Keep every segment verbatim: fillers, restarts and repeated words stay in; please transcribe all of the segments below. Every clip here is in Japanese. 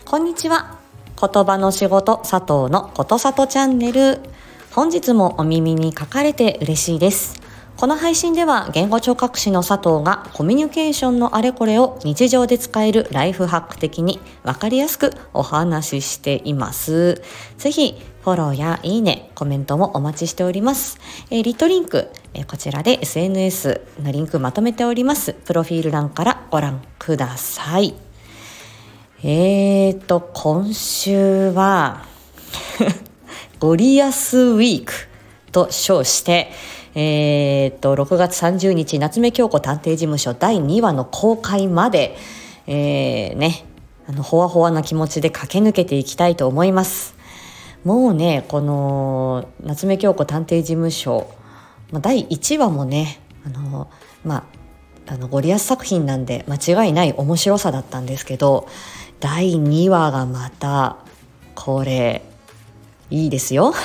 こんにちは。言葉の仕事佐藤のことさとチャンネル。本日もお耳に書かれて嬉しいです。この配信では言語聴覚士の佐藤がコミュニケーションのあれこれを日常で使えるライフハック的に分かりやすくお話ししています。ぜひフォローやいいね、コメントもお待ちしております。えー、リットリンク、えー、こちらで エスエヌエス のリンクまとめております。プロフィール欄からご覧ください。えーと今週はゴリアスウィークと称してえー、とろくがつさんじゅうにち夏目京子探偵事務所だいにわの公開まで、えー、ねあのほわほわな気持ちで駆け抜けていきたいと思います。もうねこの夏目京子探偵事務所、まあ、だいいちわもねあのまああのゴリアス作品なんで間違いない面白さだったんですけど、だいにわがまたこれいいですよ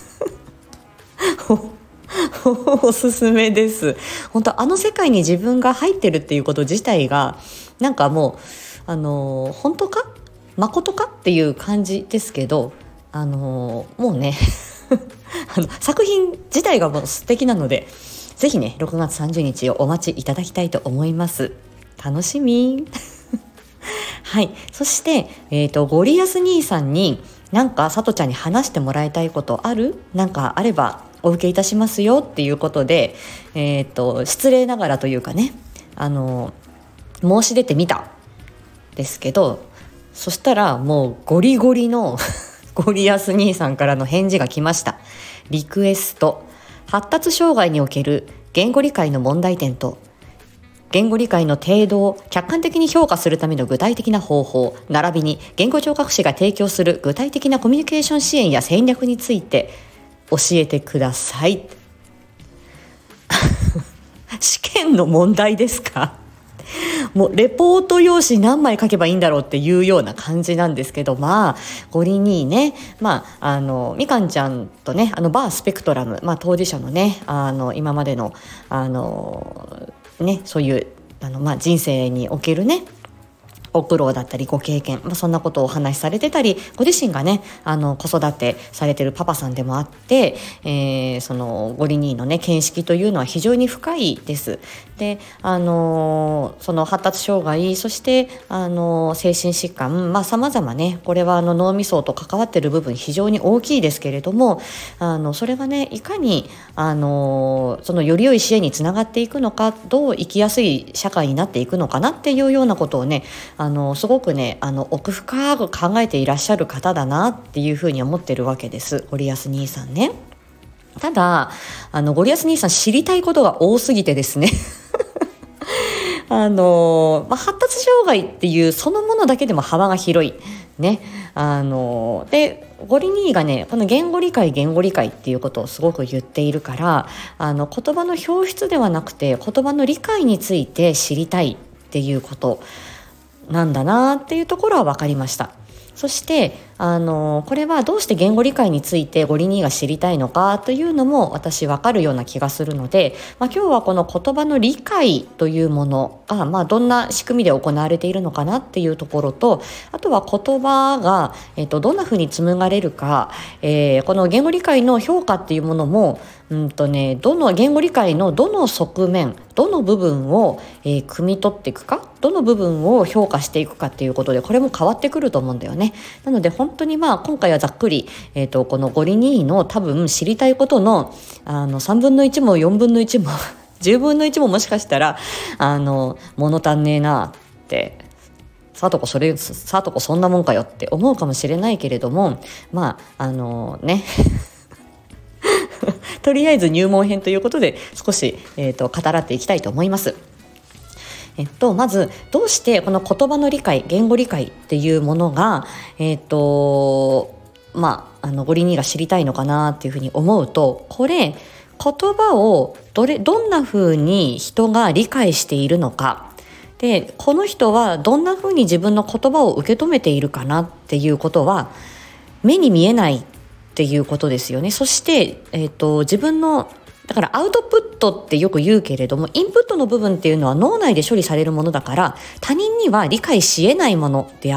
おすすめです。本当あの世界に自分が入ってるっていうこと自体がなんかもうあの本当か誠かっていう感じですけど、あのもうねあの作品自体がもう素敵なので、ぜひねろくがつさんじゅうにちをお待ちいただきたいと思います。楽しみはい。そして、えーと、ゴリアス兄さんになんかさとちゃんに話してもらいたいことある？なんかあればお受けいたしますよっていうことで、えーと、失礼ながらというかね、あの申し出てみたですけど、そしたらもうゴリゴリのゴリアス兄さんからの返事が来ました。リクエスト、発達障害における言語理解の問題点と言語理解の程度を客観的に評価するための具体的な方法、並びに言語聴覚士が提供する具体的なコミュニケーション支援や戦略について教えてください試験の問題ですか？もうレポート用紙何枚書けばいいんだろうっていうような感じなんですけど、まあゴリにね、まああのみかんちゃんとね、あのバースペクトラム、まあ当事者のね、あの今までのあのね、そういうあの、まあ、人生におけるねご苦労だったりご経験、まあ、そんなことをお話しされてたり、ご自身がねあの子育てされてるパパさんでもあって、えー、そのゴリ兄のね見識というのは非常に深いです。で、あのー、その発達障害、そして、あのー、精神疾患、まあ様々ね、これはあの脳みそと関わっている部分非常に大きいですけれども、あのそれがねいかに、あのー、そのより良い支援につながっていくのか、どう生きやすい社会になっていくのかなっていうようなことをね、あのすごくねあの奥深く考えていらっしゃる方だなっていうふうに思ってるわけです、ゴリアス兄さんね。ただあのゴリアス兄さん知りたいことが多すぎてですねあの、まあ、発達障害っていうそのものだけでも幅が広いね。あのでゴリ兄がねこの言語理解言語理解っていうことをすごく言っているから、あの言葉の表出ではなくて言葉の理解について知りたいっていうことなんだなっていうところは分かりました。そしてあのこれはどうして言語理解についてゴリ兄が知りたいのかというのも私分かるような気がするので、まあ、今日はこの言葉の理解というものが、まあ、どんな仕組みで行われているのかなっていうところと、あとは言葉が、えっと、どんなふうに紡がれるか、えー、この言語理解の評価っていうものもうんとね、どの言語理解のどの側面どの部分を、えー、汲み取っていくか、どの部分を評価していくかっていうことでこれも変わってくると思うんだよね。なので本当にまあ今回はざっくり、えー、とこのゴリ兄の多分知りたいことの、あのさんぶんのいちもよんぶんのいちもじゅうぶんのいちももしかしたらあの物足んねえなってさとこそれさとこそんなもんかよって思うかもしれないけれども、まああのねとりあえず入門編ということで少し、えー、と語らっていきたいと思います。えっと、まずどうしてこの言葉の理解言語理解っていうものが、えっとまあ、あのゴリ兄が知りたいのかなっていうふうに思うと、これ言葉をどれどんなふうに人が理解しているのかで、この人はどんなふうに自分の言葉を受け止めているかなっていうことは目に見えないっていうことですよね。そして、えーと、自分のだからアウトプットってよく言うけれども、インプットの部分っていうのは脳内で処理されるものだから他人には理解し得ないものであるっ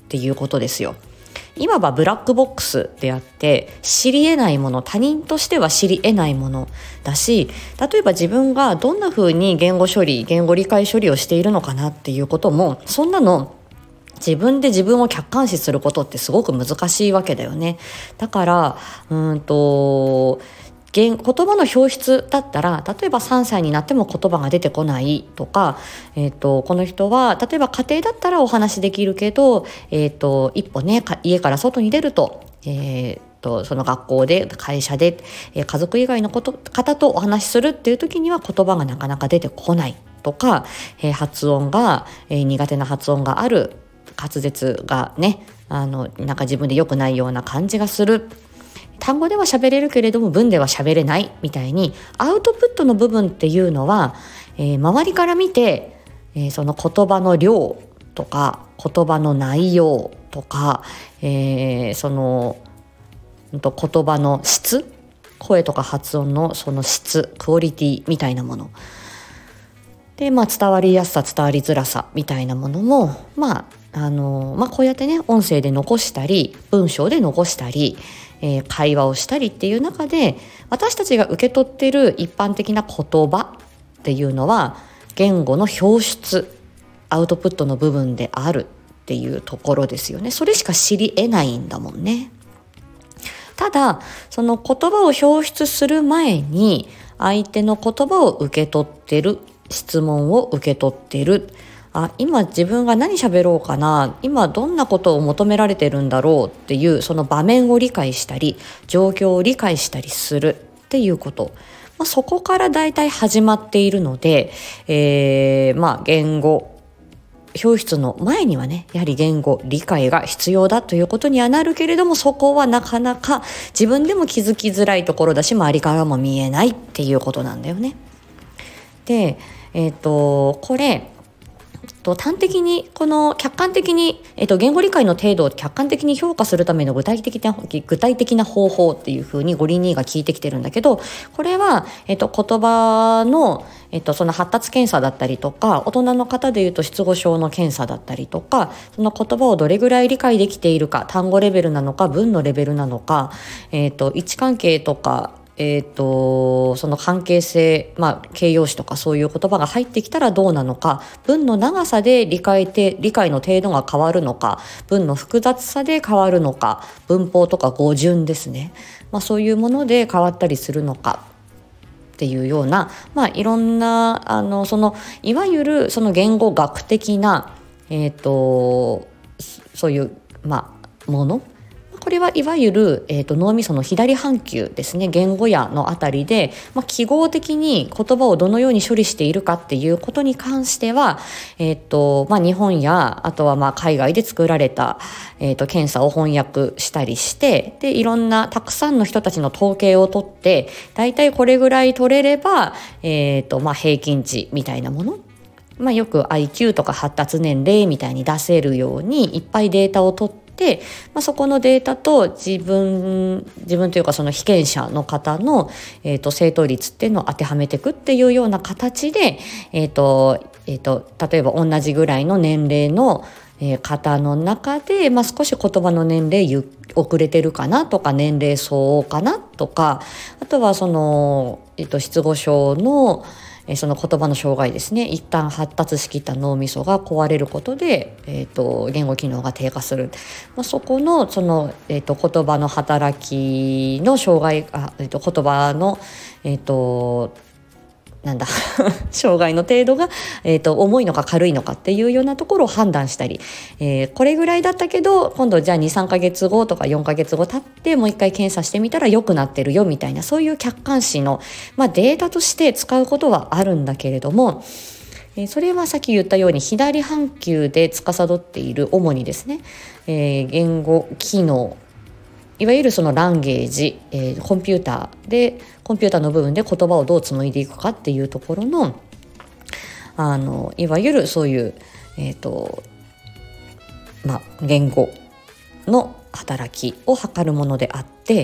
っていうことですよ。いわばブラックボックスであって、知り得ないもの、他人としては知り得ないものだし、例えば自分がどんな風に言語処理、言語理解処理をしているのかなっていうことも、そんなの自分で自分を客観視することってすごく難しいわけだよね。だからうーんと言葉の表出だったら、例えばさんさいになっても言葉が出てこないとか、えー、とこの人は例えば家庭だったらお話できるけど、えー、と一歩ね家から外に出ると、えー、とその学校で会社で、えー、家族以外のこと方とお話しするっていう時には言葉がなかなか出てこないとか、えー、発音が、えー、苦手な発音がある、滑舌がねあのなんか自分で良くないような感じがする、単語では喋れるけれども文では喋れないみたいに、アウトプットの部分っていうのは、えー、周りから見て、えー、その言葉の量とか言葉の内容とか、えー、その言葉の質、声とか発音のその質、クオリティみたいなもので、まあ、伝わりやすさ伝わりづらさみたいなものも、まああのまあ、こうやってね音声で残したり文章で残したり、えー、会話をしたりっていう中で、私たちが受け取っている一般的な言葉っていうのは言語の表出、アウトプットの部分であるっていうところですよね。それしか知り得ないんだもんね。ただその言葉を表出する前に相手の言葉を受け取ってる、質問を受け取ってる、あ、今自分が何喋ろうかな、今どんなことを求められてるんだろうっていう、その場面を理解したり状況を理解したりするっていうこと、まあ、そこからだいたい始まっているので、えー、まあ言語表出の前にはねやはり言語理解が必要だということにはなるけれども、そこはなかなか自分でも気づきづらいところだし、周りからも見えないっていうことなんだよね。で、えっとこれ端的にこの客観的に、えっと、言語理解の程度を客観的に評価するための具体的な具体的な方法っていうふうにゴリニーが聞いてきてるんだけど、これは、えっと、言葉の、えっと、その発達検査だったりとか、大人の方でいうと失語症の検査だったりとか、その言葉をどれぐらい理解できているか、単語レベルなのか文のレベルなのか、えっと、位置関係とかえー、とその関係性、まあ、形容詞とかそういう言葉が入ってきたらどうなのか、文の長さで理解て理解の程度が変わるのか、文の複雑さで変わるのか、文法とか語順ですね、まあ、そういうもので変わったりするのかっていうような、まあ、いろんなあのそのいわゆるその言語学的な、えー、とそういう、まあ、もの、これはいわゆる、えー、と脳みその左半球ですね、言語野のあたりで、まあ、記号的に言葉をどのように処理しているかっていうことに関しては、えーとまあ、日本やあとはまあ海外で作られた、えー、と検査を翻訳したりして、でいろんなたくさんの人たちの統計を取って、だいたいこれぐらい取れれば、えーとまあ、平均値みたいなもの、まあ、よく アイキュー とか発達年齢みたいに出せるようにいっぱいデータを取ってで、まあ、そこのデータと自分自分というかその被験者の方の、えー、と正答率っていうのを当てはめていくっていうような形で、えーとえー、と例えば同じぐらいの年齢の、えー、方の中で、まあ、少し言葉の年齢ゆ遅れてるかなとか、年齢相応かなとか、あとはその、えー、と失語症のその言葉の障害ですね、一旦発達しきった脳みそが壊れることで、えー、と言語機能が低下する、まあ、そこの、その、えー、と言葉の働きの障害、あ、えー、と言葉の、えー、となんだ障害の程度が、えー、と重いのか軽いのかっていうようなところを判断したり、えー、これぐらいだったけど今度じゃあ にさんかげつごとかよんかげつご経ってもう一回検査してみたら良くなってるよみたいな、そういう客観視の、まあ、データとして使うことはあるんだけれども、えー、それはさっき言ったように左半球で司っている主にですね、えー、言語機能、いわゆるそのランゲージ、えー、コンピューターでコンピューターの部分で言葉をどう紡いでいくかっていうところの、あのいわゆるそういう、えーとまあ、言語の働きを測るものであって、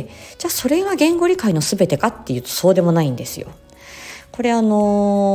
じゃあそれが言語理解の全てかっていうとそうでもないんですよ。これあの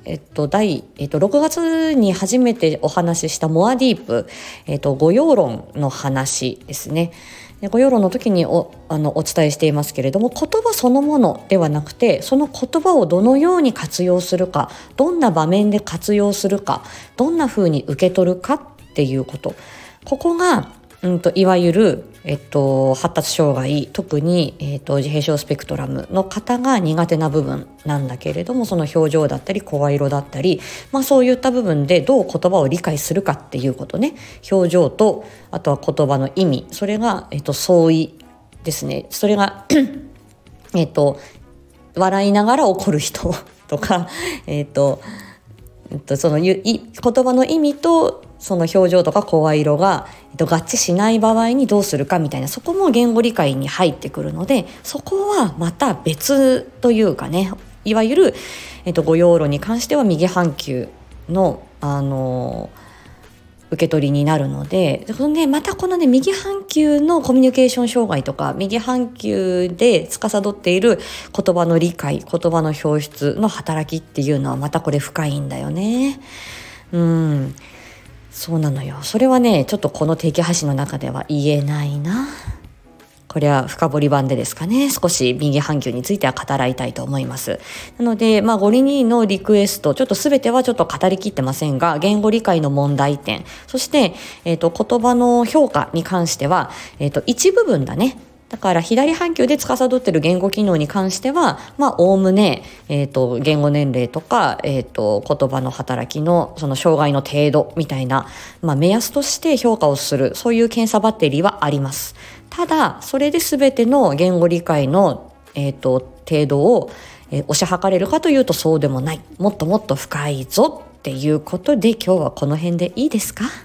えっと、第、えっと、ろくがつに初めてお話ししたモアディープ、えっと、語用論の話ですね。で語用論の時に お, あのお伝えしていますけれども、言葉そのものではなくて、その言葉をどのように活用するか、どんな場面で活用するか、どんな風に受け取るかっていうこと、ここが、うんと、いわゆる、えっと、発達障害、特に、えっと、自閉症スペクトラムの方が苦手な部分なんだけれども、その表情だったり声色だったり、まあ、そういった部分でどう言葉を理解するかっていうことね。表情と、あとは言葉の意味、それが、えっと、相違ですね。それがえっと笑いながら怒る人とか、えっと、えっと、その言葉の意味とその表情とか声色が、えっと、合致しない場合にどうするかみたいな、そこも言語理解に入ってくるので、そこはまた別というかね、いわゆる、えっと、語用論に関しては右半球の、あの受け取りになるので、そのね、またこのね、右半球のコミュニケーション障害とか、右半球で司っている言葉の理解、言葉の表出の働きっていうのはまたこれ深いんだよね。うんそうなのよ。それはね、ちょっとこの定期配信の中では言えないな。これは深掘り版でですかね、少し右半球については語らいたいと思います。なので、まあ、ゴリニーのリクエスト、ちょっと全てはちょっと語りきってませんが、言語理解の問題点、そして、えっと、言葉の評価に関しては、えっと、一部分だね。だから左半球で司っている言語機能に関しては、まあ、おおむね、えっと、言語年齢とか、えっと、言葉の働きの、その障害の程度みたいな、まあ、目安として評価をする、そういう検査バッテリーはあります。ただ、それで全ての言語理解の、えっと、程度を、えー、推し量れるかというとそうでもない。もっともっと深いぞっていうことで、今日はこの辺でいいですか？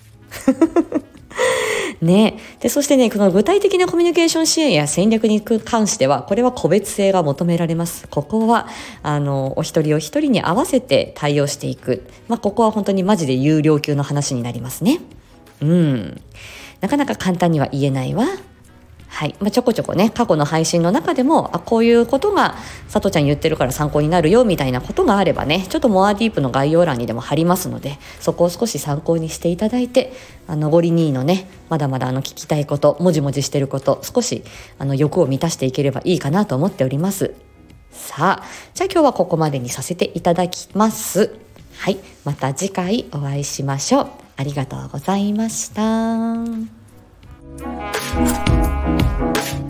ね、でそしてね、この具体的なコミュニケーション支援や戦略に関しては、これは個別性が求められます。ここはあのお一人お一人に合わせて対応していく、まあ、ここは本当にマジで有料級の話になりますね。うんなかなか簡単には言えないわ。はい、まあ、ちょこちょこね、過去の配信の中でも、あ、こういうことがさとちゃん言ってるから参考になるよみたいなことがあればね、ちょっとモアディープの概要欄にでも貼りますので、そこを少し参考にしていただいて、あのゴリニーのね、まだまだあの聞きたいこと、もじもじしてること、少しあの欲を満たしていければいいかなと思っております。さあ、じゃあ今日はここまでにさせていただきます。はい、また次回お会いしましょう。ありがとうございました。